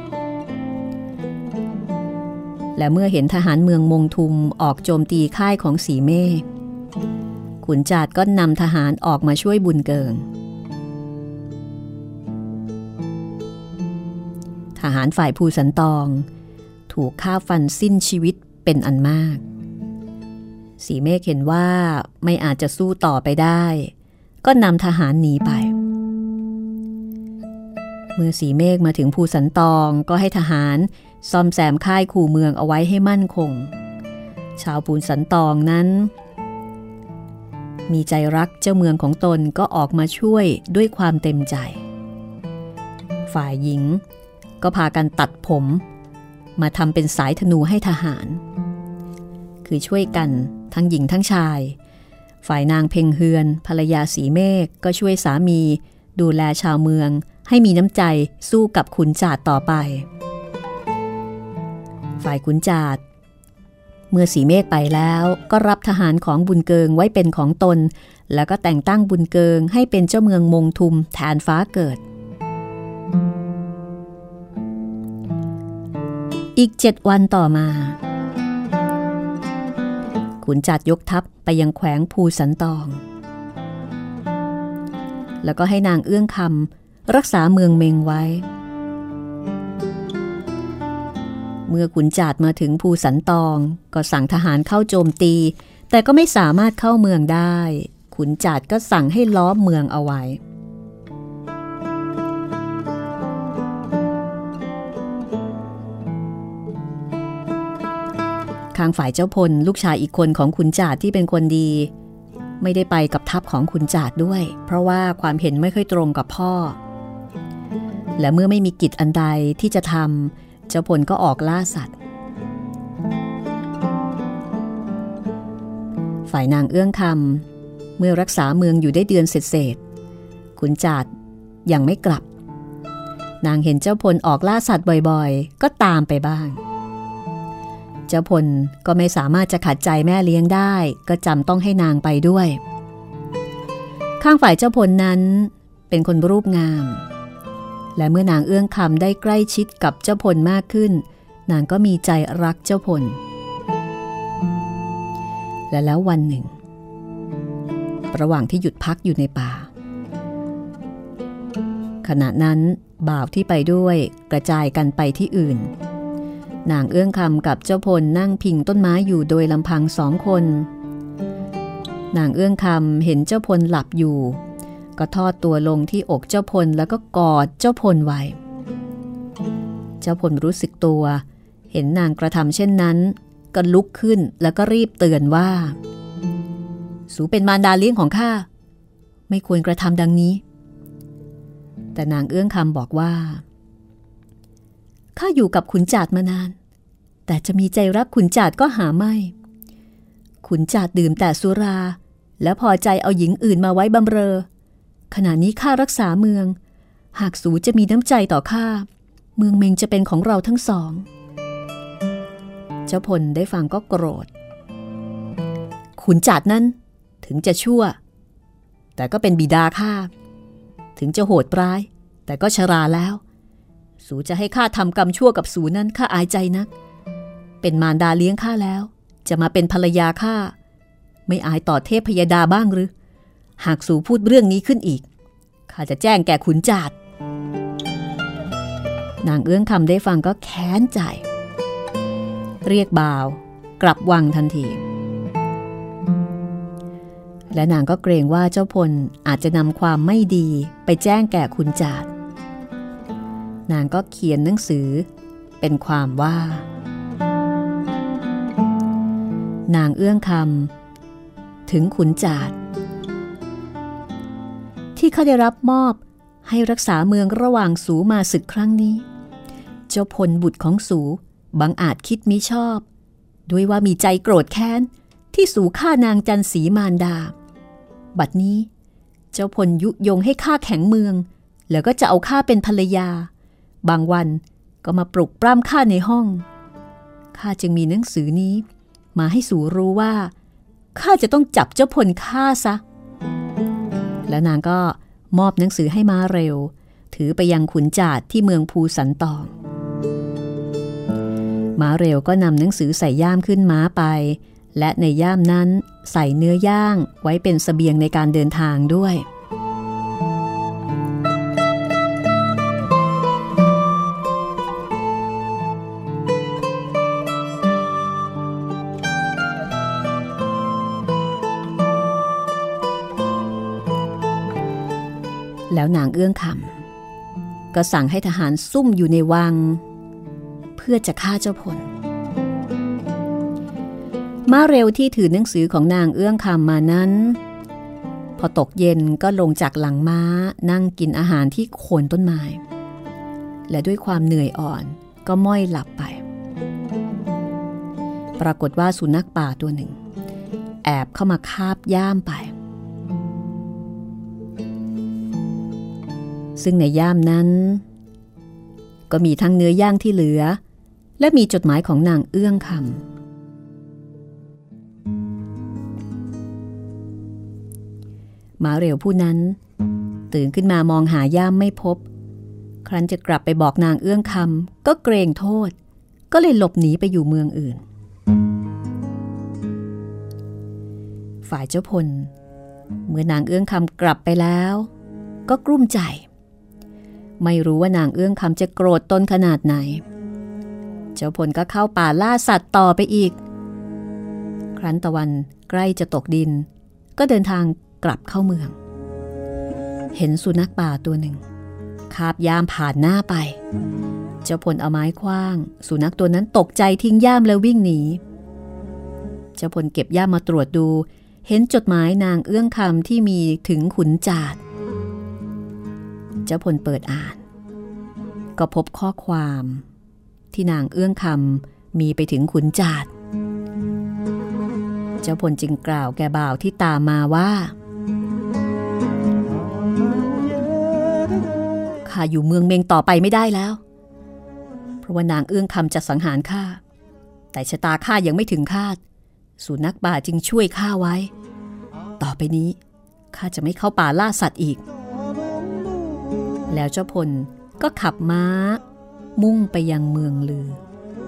และเมื่อเห็นทหารเมืองมงทุมออกโจมตีค่ายของสีเมฆขุนจาดก็นำทหารออกมาช่วยบุญเกิงทหารฝ่ายภูสันตองถูกฆ่าฟันสิ้นชีวิตเป็นอันมากสีเมฆเห็นว่าไม่อาจจะสู้ต่อไปได้ก็นำทหารหนีไปเมื่อสีเมฆมาถึงภูสันตองก็ให้ทหารซ่อมแซมค่ายคูเมืองเอาไว้ให้มั่นคงชาวภูสันตองนั้นมีใจรักเจ้าเมืองของตนก็ออกมาช่วยด้วยความเต็มใจฝ่ายหญิงก็พากันตัดผมมาทำเป็นสายธนูให้ทหารคือช่วยกันทั้งหญิงทั้งชายฝ่ายนางเพ็งเฮือนภรรยาสีเมฆก็ช่วยสามีดูแลชาวเมืองให้มีน้ำใจสู้กับขุนจาดต่อไปฝ่ายขุนจาดเมื่อสีเมฆไปแล้วก็รับทหารของบุญเกิงไว้เป็นของตนแล้วก็แต่งตั้งบุญเกิงให้เป็นเจ้าเมืองมงทุมแทนฟ้าเกิดอีกเจ็ดวันต่อมาขุนจาดยกทัพไปยังแขวงภูสันตองแล้วก็ให้นางเอื้องคำรักษาเมืองเมงไว้เมื่อขุนจาดมาถึงภูสันตองก็สั่งทหารเข้าโจมตีแต่ก็ไม่สามารถเข้าเมืองได้ขุนจาดก็สั่งให้ล้อมเมืองเอาไว้ข้างฝ่ายเจ้าพลลูกชายอีกคนของขุนจาดที่เป็นคนดีไม่ได้ไปกับทัพของขุนจาดด้วยเพราะว่าความเห็นไม่ค่อยตรงกับพ่อและเมื่อไม่มีกิจอันใดที่จะทำเจ้าพลก็ออกล่าสัตว์ฝ่ายนางเอื้องคำเมื่อรักษาเมืองอยู่ได้เดือนเศษๆขุนจาดยังไม่กลับนางเห็นเจ้าพลออกล่าสัตว์บ่อยๆก็ตามไปบ้างเจ้าพลก็ไม่สามารถจะขัดใจแม่เลี้ยงได้ก็จำต้องให้นางไปด้วยข้างฝ่ายเจ้าพลนั้นเป็นคนรูปงามและเมื่อนางเอื้องคำได้ใกล้ชิดกับเจ้าพลมากขึ้นนางก็มีใจรักเจ้าพลและแล้ววันหนึ่งระหว่างที่หยุดพักอยู่ในป่าขณะนั้นบ่าวที่ไปด้วยกระจายกันไปที่อื่นนางเอื้องคำกับเจ้าพลนั่งพิงต้นไม้อยู่โดยลำพังสองคนนางเอื้องคำเห็นเจ้าพลหลับอยู่ก็ทอดตัวลงที่อกเจ้าพลแล้วก็กอดเจ้าพลไว้เจ้าพลรู้สึกตัวเห็นนางกระทำเช่นนั้นก็ลุกขึ้นแล้วก็รีบเตือนว่าสูเป็นมารดาเลี้ยงของข้าไม่ควรกระทำดังนี้แต่นางเอื้องคำบอกว่าข้าอยู่กับขุนจาดมานานแต่จะมีใจรักขุนจาดก็หาไม่ขุนจาดดื่มแต่สุราและพอใจเอาหญิงอื่นมาไว้บำเรอขณะนี้ข้ารักษาเมืองหากสูจะมีน้ำใจต่อข้าเมืองเมงจะเป็นของเราทั้งสองเจ้าพลได้ฟังก็โกรธขุนจาดนั้นถึงจะชั่วแต่ก็เป็นบิดาข้าถึงจะโหดร้ายแต่ก็ชราแล้วสูจะให้ข้าทำกรรมชั่วกับสูนั้นข้าอายใจนักเป็นมารดาเลี้ยงข้าแล้วจะมาเป็นภรรยาข้าไม่อายต่อเทพพยดาบ้างหรือหากสูพูดเรื่องนี้ขึ้นอีกข้าจะแจ้งแก่ขุนจาดนางเอื้องคำได้ฟังก็แค้นใจเรียกบ่าวกลับวังทันทีและนางก็เกรงว่าเจ้าพลอาจจะนำความไม่ดีไปแจ้งแก่ขุนจาดนางก็เขียนหนังสือเป็นความว่านางเอื้องคำถึงขุนจาดที่เขาได้รับมอบให้รักษาเมืองระหว่างสูมาศึกครั้งนี้เจ้าพลบุตรของสูบังอาจคิดมิชอบด้วยว่ามีใจโกรธแค้นที่สูฆ่านางจันสีมารดาบัดนี้เจ้าพลยุยงให้ข้าแข็งเมืองแล้วก็จะเอาข้าเป็นภรรยาบางวันก็มาปลุกปล้ำข้าในห้องข้าจึงมีหนังสือนี้มาให้สูรู้ว่าข้าจะต้องจับเจ้าพลฆ่าซะแล้วนางก็มอบหนังสือให้ม้าเร็วถือไปยังขุนจาดที่เมืองภูสันตองม้าเร็วก็นำหนังสือใส่ย่ามขึ้นม้าไปและในย่ามนั้นใส่เนื้อย่างไว้เป็นเสบียงในการเดินทางด้วยแล้วนางเอื้องคำก็สั่งให้ทหารซุ่มอยู่ในวังเพื่อจะฆ่าเจ้าพลม้าเร็วที่ถือหนังสือของนางเอื้องคำมานั้นพอตกเย็นก็ลงจากหลังม้านั่งกินอาหารที่โคนต้นไม้และด้วยความเหนื่อยอ่อนก็ม้อยหลับไปปรากฏว่าสุนัขป่าตัวหนึ่งแอบเข้ามาคาบย่ามไปซึ่งในย่ามนั้นก็มีทั้งเนื้อย่างที่เหลือและมีจดหมายของนางเอื้องคำหมาเร็วผู้นั้นตื่นขึ้นมามองหาย่ามไม่พบครั้นจะกลับไปบอกนางเอื้องคำก็เกรงโทษก็เลยหลบหนีไปอยู่เมืองอื่นฝ่ายเจ้าพลเมื่อนางเอื้องคำกลับไปแล้วก็กลุ้มใจไม่รู้ว่านางเอื้องคำจะโกรธตนขนาดไหนเจ้าพลก็เข้าป่าล่าสัตว์ต่อไปอีกครั้นตะวันใกล้จะตกดินก็เดินทางกลับเข้าเมืองเห็นสุนัขป่าตัวหนึ่งคาบย่ามผ่านหน้าไปเจ้าพลเอาไม้ขว้างสุนัขตัวนั้นตกใจทิ้งย่ามแล้ววิ่งหนีเจ้าพลเก็บย่ามมาตรวจดูเห็นจดหมายนางเอื้องคำที่มีถึงขุนจาดเจ้าพลเปิดอ่านก็พบข้อความที่นางเอื้องคำมีไปถึงขุนจาดเจ้าพลจึงกล่าวแก่บ่าวที่ตามมาว่าข้าอยู่เมืองเมงต่อไปไม่ได้แล้วเพราะว่านางเอื้องคำจะสังหารข้าแต่ชะตาข้ายังไม่ถึงคาดสุนัขป่าจึงช่วยข้าไว้ต่อไปนี้ข้าจะไม่เข้าป่าล่าสัตว์อีกแล้วเจ้าพลก็ขับม้ามุ่งไปยังเมืองลือ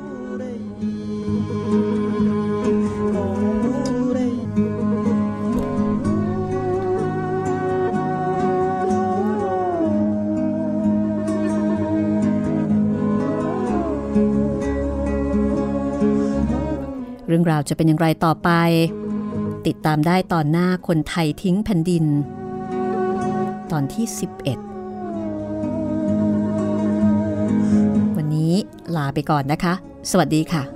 เรื่องราวจะเป็นอย่างไรต่อไปติดตามได้ตอนหน้าคนไทยทิ้งแผ่นดินตอนที่สิบเอ็ดวันนี้ลาไปก่อนนะคะสวัสดีค่ะ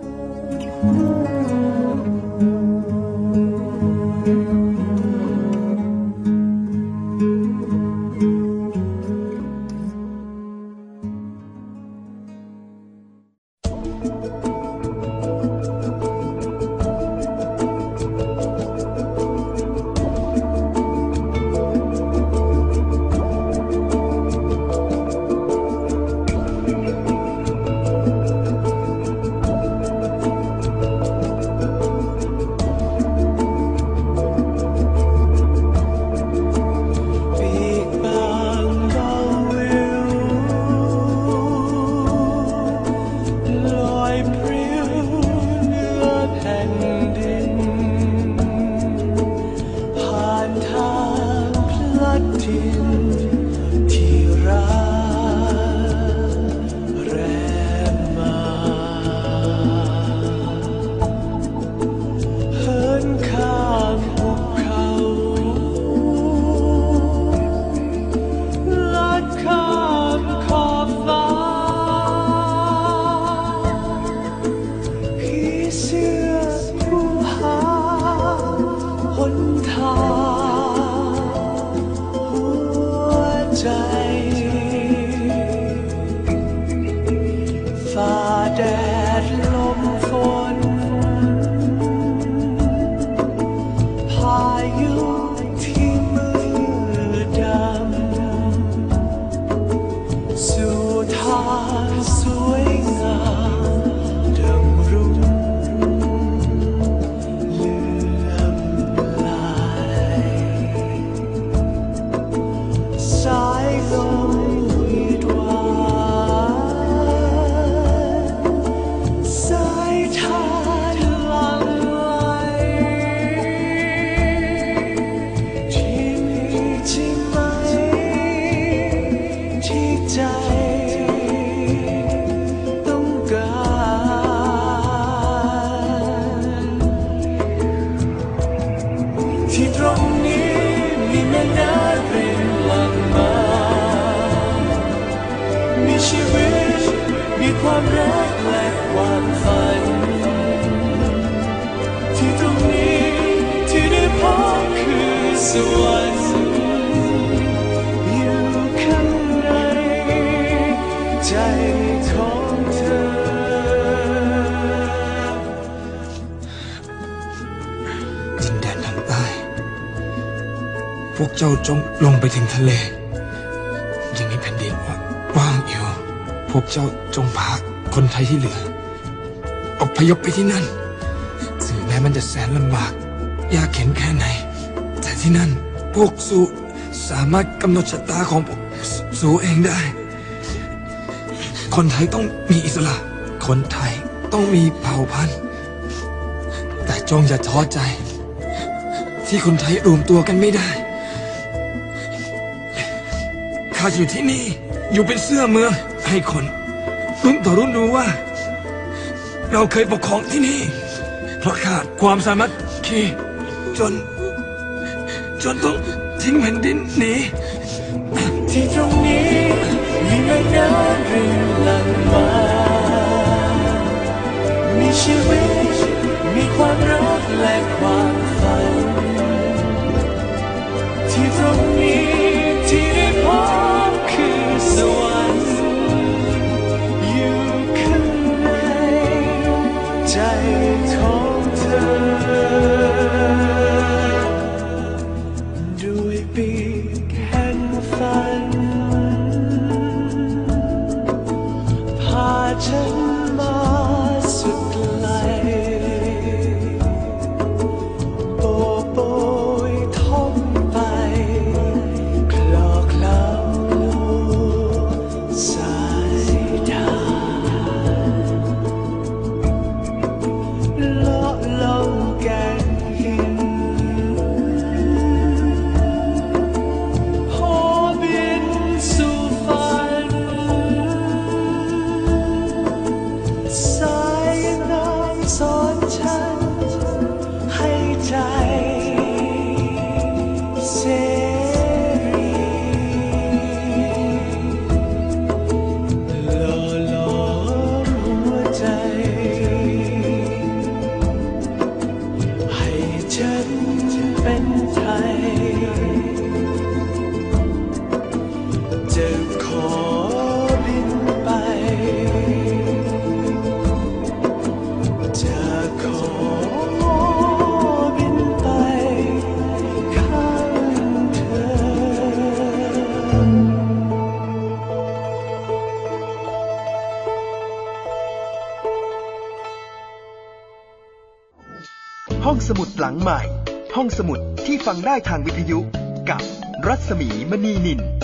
พวกเจ้าจงลงไปถึงทะเลยังมีแผ่นดินว่างอยู่พวกเจ้าจงพาคนไทยที่เหลืออพยพไปที่นั่นถึงแม้มันจะแสนลำบากยากเข็นแค่ไหนแต่ที่นั่นพวกสูสามารถกำหนดชะตาของพวกสูเองได้คนไทยต้องมีอิสระคนไทยต้องมีเผ่าพันธุ์แต่จงอย่าท้อใจที่คนไทยรวมตัวกันไม่ได้ข้าอยู่ที่นี่อยู่เป็นเสื้อเมืองให้คนรุ่นต่อรุ่นรู้ว่าเราเคยปกครองที่นี่เพราะขาดความสามัคคีจนจนต้องทิ้งแผ่นดินหนีที่ตรงนี้มีแม่น้ำรินหลั่งมามีชีวิตมีความรักและความฝันที่ตรงนี้ที่ได้พบคือสวรรค์อยู่ข้างในใจของเธอด้วยปีกแห่งฝันพาฉันมาสุดไกลโบกโบยท่องไปคลอเคล้าสายทางเลาะลงแก่นหินพอบินสู่ฝันสายน้ำสอนฉันให้ใจเสรีหล่อหลอมหัวใจให้ฉันเป็นไทยจะขอบินไปจะขอบินไปข้างเธอห้องสมุดหลังใหม่ห้องสมุดที่ฟังได้ทางวิทยุกับรัศมีมณีนิน